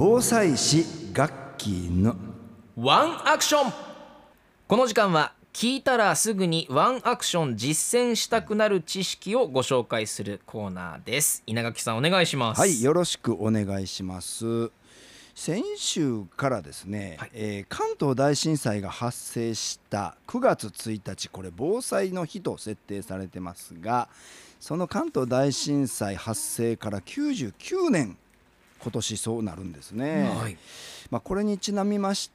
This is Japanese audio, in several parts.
防災士ガッキーのワンアクション。この時間は聞いたらすぐにワンアクション実践したくなる知識をご紹介するコーナーです。稲垣さんお願いします。 はい、よろしくお願いします。先週からですね、関東大震災が発生した9月1日、これ防災の日と設定されてますが、その関東大震災発生から99年、今年そうなるんですね。これにちなみまして、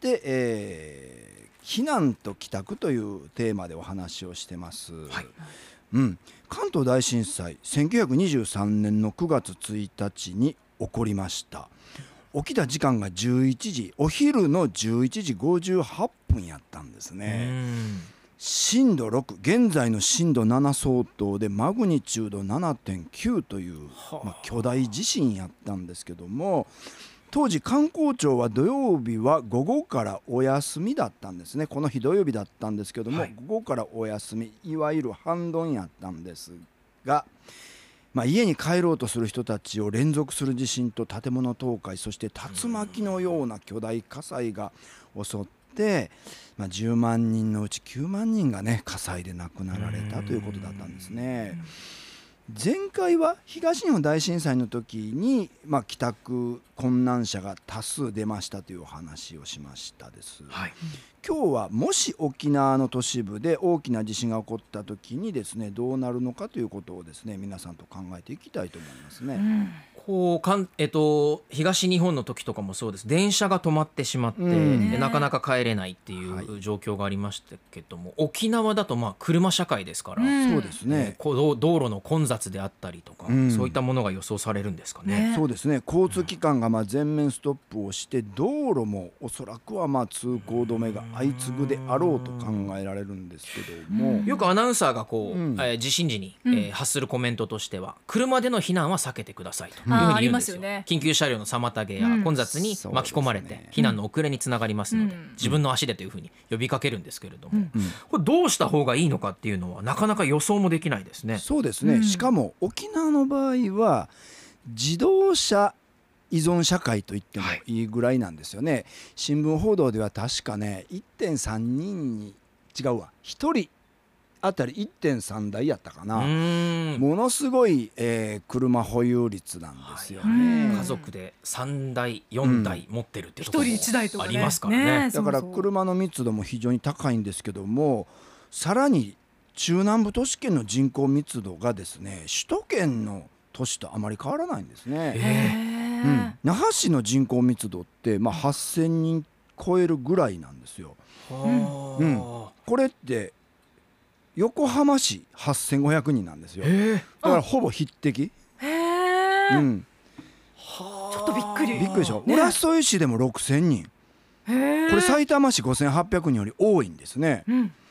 避難と帰宅というテーマでお話をしてます。関東大震災1923年の9月1日に起こりました。起きた時間が11時、お昼の11時58分やったんですね。震度6、現在の震度7相当でマグニチュード 7.9 という、巨大地震やったんですけども、当時観光庁は土曜日は午後からお休みだったんですね。この日土曜日だったんですけども、午後からお休み、いわゆる半ドンやったんですが、家に帰ろうとする人たちを連続する地震と建物倒壊、そして竜巻のような巨大火災が襲って、10万人のうち9万人がね、火災で亡くなられたということだったんですね。前回は東日本大震災の時に、帰宅困難者が多数出ましたというお話をしましたです。今日はもし沖縄の都市部で大きな地震が起こった時にですね、どうなるのかということをですね、皆さんと考えていきたいと思いますね。 東日本の時とかもそうです。電車が止まってしまって、なかなか帰れないっていう状況がありましたけども、沖縄だと車社会ですから、 そうですね、 道路の混雑であったりとか、そういったものが予想されるんですかね。 そうですね、交通機関が全面ストップをして、道路もおそらくは通行止めが相次ぐであろうと考えられるんですけども、 よくアナウンサーが地震時に発するコメントとしては、車での避難は避けてくださいというふうに言うんですよ。緊急車両の妨げや混雑に巻き込まれて避難の遅れにつながりますので、自分の足でというふうに呼びかけるんですけれども、これどうした方がいいのかっていうのはなかなか予想もできないですね。 そうですね、しかも沖縄の場合は自動車依存社会と言ってもいいぐらいなんですよね。新聞報道では確かね、 1.3 人に1人あたり 1.3 台やったかな。ものすごい、車保有率なんですよね。 家族で3台4台持ってるってところも 1人1台とかありますからね。 だから車の密度も非常に高いんですけども、さらに中南部都市圏の人口密度がですね、首都圏の都市とあまり変わらないんですね。那覇市の人口密度って、8000人超えるぐらいなんですよ。これって横浜市8500人なんですよ。だからほぼ匹敵。 ちょっとびっくりでしょ。浦添市でも6000人、これ埼玉市5800人より多いんですね。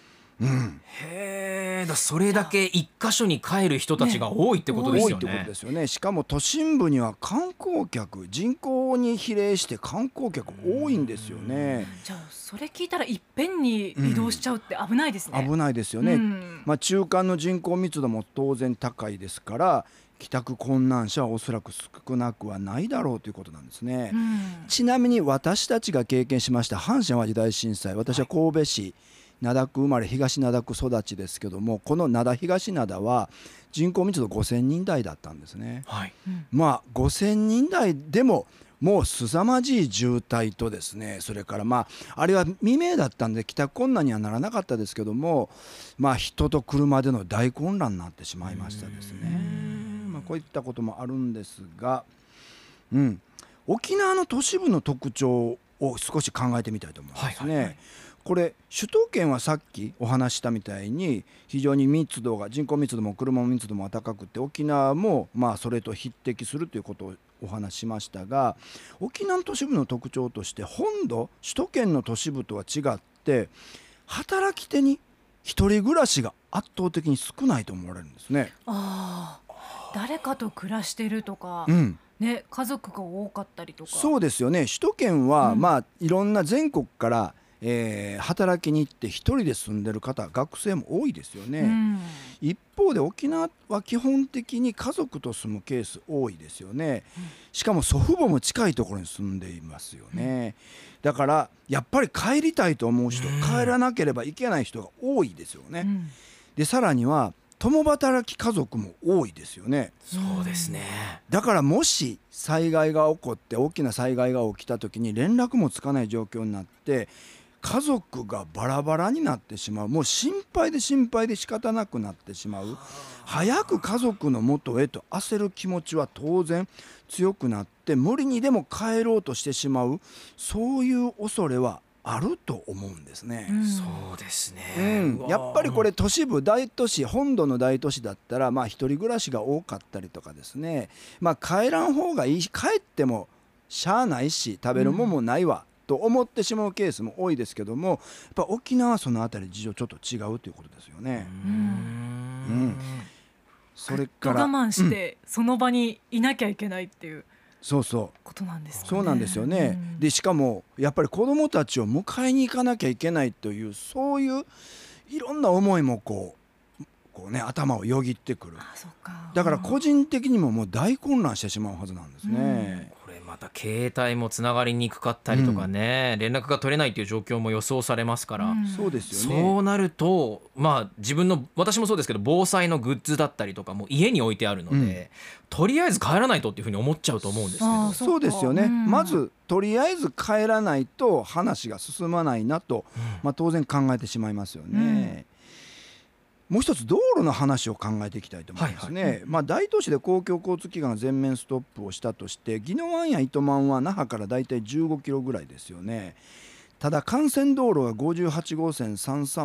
それだけ一箇所に帰る人たちが多いってことですよね。 多いってことですよね。しかも都心部には観光客、人口に比例して観光客多いんですよね。 じゃあそれ聞いたらいっぺんに移動しちゃうって危ないですね。 危ないですよね。中間の人口密度も当然高いですから、帰宅困難者はおそらく少なくはないだろうということなんですね。ちなみに私たちが経験しました阪神・淡路大震災、私は神戸市灘区生まれ、東灘区育ちですけども、この灘東灘は人口密度5000人台だったんですね。5000人台でももう凄まじい渋滞とですね、それからあれは未明だったんで帰宅困難にはならなかったですけども、人と車での大混乱になってしまいましたですね。こういったこともあるんですが、沖縄の都市部の特徴を少し考えてみたいと思いますね。これ首都圏はさっきお話したみたいに非常に人口密度も車の密度も高くて、沖縄もそれと匹敵するということをお話ししましたが、沖縄の都市部の特徴として、首都圏の都市部とは違って働き手に一人暮らしが圧倒的に少ないと思われるんですね。 誰かと暮らしてるとか、家族が多かったりとか。 そうですよね。首都圏は、いろんな全国から働きに行って一人で住んでる方学生も多いですよね、一方で沖縄は基本的に家族と住むケース多いですよね、しかも祖父母も近いところに住んでいますよね、だからやっぱり帰りたいと思う人、帰らなければいけない人が多いですよね、でさらには共働き家族も多いですよね。 そうですね。 だからもし災害が起こって大きな災害が起きた時に連絡もつかない状況になって家族がバラバラになってしまう、もう心配で仕方なくなってしまう、早く家族の元へと焦る気持ちは当然強くなって無理にでも帰ろうとしてしまう、そういう恐れはあると思うんですね、 そうですね、 やっぱりこれ都市部大都市本土の大都市だったら一人暮らしが多かったりとかですね、帰らん方がいいし帰ってもしゃあないし食べるもんもないわ、と思ってしまうケースも多いですけども、やっぱ沖縄はそのあたり事情ちょっと違うということですよね。それから我慢してその場にいなきゃいけないっていうことなんですかね。 そうなんですよね、でしかもやっぱり子どもたちを迎えに行かなきゃいけないというそういういろんな思いもこうね頭をよぎってくる。だから個人的にももう大混乱してしまうはずなんですね、 これまた携帯もつながりにくかったりとかね、連絡が取れないという状況も予想されますから、 そうですよね。 そうなると私もそうですけど防災のグッズだったりとかも家に置いてあるので、とりあえず帰らないとっていうふうに思っちゃうと思うんですけど。 そうですよね、まずとりあえず帰らないと話が進まないなと、当然考えてしまいますよね、もう一つ道路の話を考えていきたいと思いますね、大都市で公共交通機関が全面ストップをしたとして宜野湾や糸満は那覇からだいたい15キロぐらいですよね。ただ幹線道路が58号線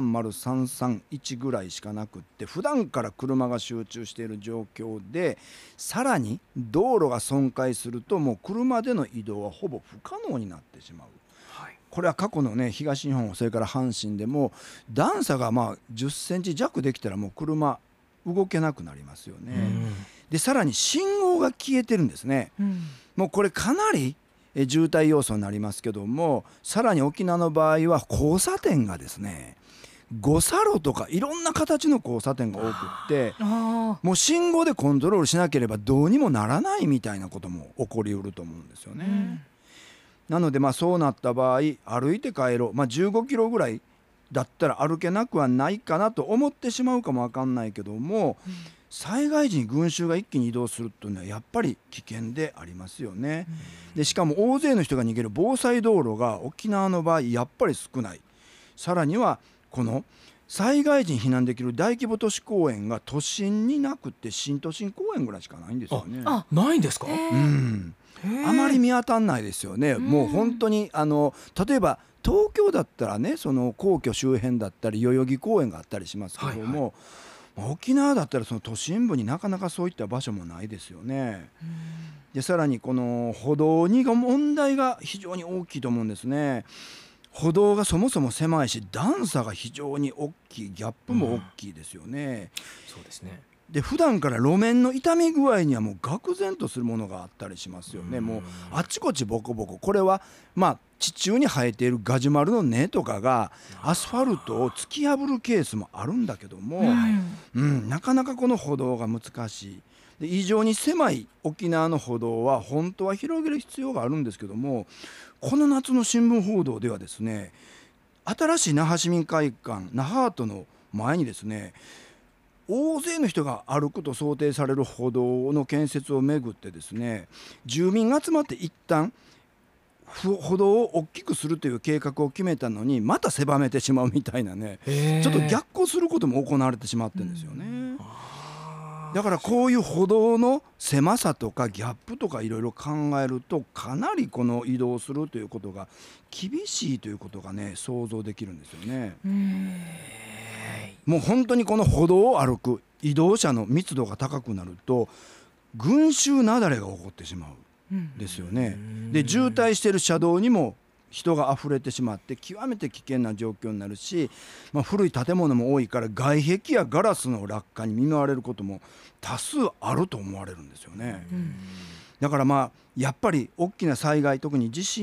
330、331ぐらいしかなくって普段から車が集中している状況で、さらに道路が損壊するともう車での移動はほぼ不可能になってしまう。これは過去のね東日本それから阪神でも段差が10センチ弱できたらもう車動けなくなりますよね、でさらに信号が消えてるんですね、もうこれかなり渋滞要素になりますけども、さらに沖縄の場合は交差点がですね五差路とかいろんな形の交差点が多くってもう信号でコントロールしなければどうにもならないみたいなことも起こりうると思うんですよね、なのでそうなった場合歩いて帰ろう、15キロぐらいだったら歩けなくはないかなと思ってしまうかもわかんないけども、災害時に群衆が一気に移動するというのはやっぱり危険でありますよね、でしかも大勢の人が逃げる防災道路が沖縄の場合やっぱり少ない。さらにはこの災害時に避難できる大規模都市公園が都心になくって新都心公園ぐらいしかないんですよね。 ないんですか？ あまり見当たんないですよね。もう本当に例えば東京だったらねその皇居周辺だったり代々木公園があったりしますけども、沖縄だったらその都心部になかなかそういった場所もないですよね。でさらにこの歩道に問題が非常に大きいと思うんですね。歩道がそもそも狭いし段差が非常に大きい、ギャップも大きいですよね、 そうですね。 で普段から路面の傷み具合にはもう愕然とするものがあったりしますよね。もうあちこちボコボコ、これは地中に生えているガジュマルの根とかがアスファルトを突き破るケースもあるんだけども、なかなかこの歩道が難しい。で異常に狭い沖縄の歩道は本当は広げる必要があるんですけども、この夏の新聞報道ではですね、新しい那覇市民会館那覇アートの前にですね、大勢の人が歩くと想定される歩道の建設をめぐってですね、住民が集まって一旦歩道を大きくするという計画を決めたのにまた狭めてしまうみたいなね、ちょっと逆行することも行われてしまってるんですよね。だからこういう歩道の狭さとかギャップとかいろいろ考えるとかなりこの移動するということが厳しいということがね想像できるんですよね。もう本当にこの歩道を歩く移動者の密度が高くなると群衆雪崩が起こってしまうんですよね。で渋滞している車道にも人が溢れてしまって極めて危険な状況になるし、古い建物も多いから外壁やガラスの落下に見舞われることも多数あると思われるんですよね。だからやっぱり大きな災害、特に地震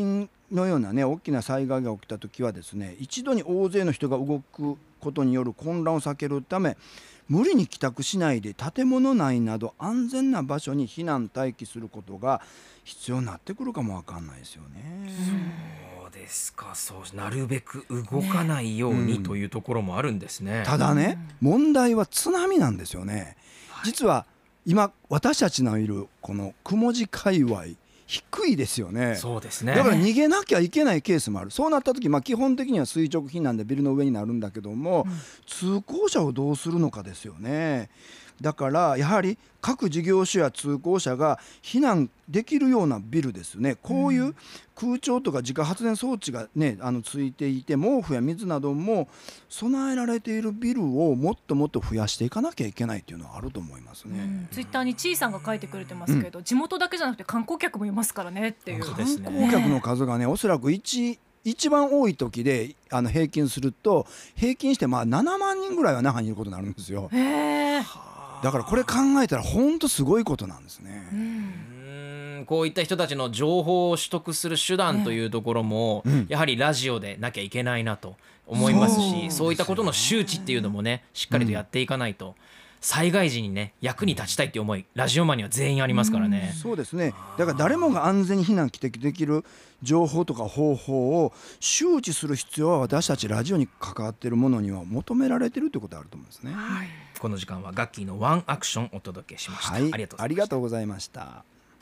のようなね大きな災害が起きた時はですね、一度に大勢の人が動くことによる混乱を避けるため、無理に帰宅しないで建物内など安全な場所に避難待機することが必要になってくるかもわかんないですよね。 そうですか。そうなるべく動かないように、というところもあるんですね。 ただね、問題は津波なんですよね。実は今私たちのいるこの雲寺界隈低いですよね。 そうですね。 だから逃げなきゃいけないケースもある。そうなった時、基本的には垂直避難でビルの上になるんだけども、通行者をどうするのかですよね。だからやはり各事業所や通行者が避難できるようなビルですね。こういう空調とか自家発電装置がねついていて、毛布や水なども備えられているビルをもっともっと増やしていかなきゃいけないっていうのはあると思いますね。 ツイッターにちいさんが書いてくれてますけど、地元だけじゃなくて観光客もいますからねっていう。 観光客の数がね、おそらく一番多い時で平均すると平均して7万人ぐらいは那覇にいることになるんですよ。だからこれ考えたら本当すごいことなんですね。 こういった人たちの情報を取得する手段というところも、やはりラジオでなきゃいけないなと思いますし、そういったことの周知っていうのもねしっかりとやっていかないと、災害時にね役に立ちたいっていう思い、ラジオマンには全員ありますからね。 そうですね。だから誰もが安全に避難できる情報とか方法を周知する必要は私たちラジオに関わっているものには求められているということがあると思うんですね。 この時間はガッキーのワンアクションお届けしました。ありがとうございました。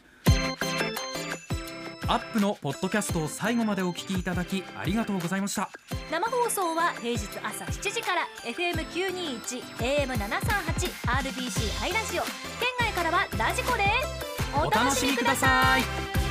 アップのポッドキャストを最後までお聞きいただきありがとうございました。 生放送は平日朝7時から FM921 AM738 RBC ハイラジオ、県外からはラジコです。 お楽しみください。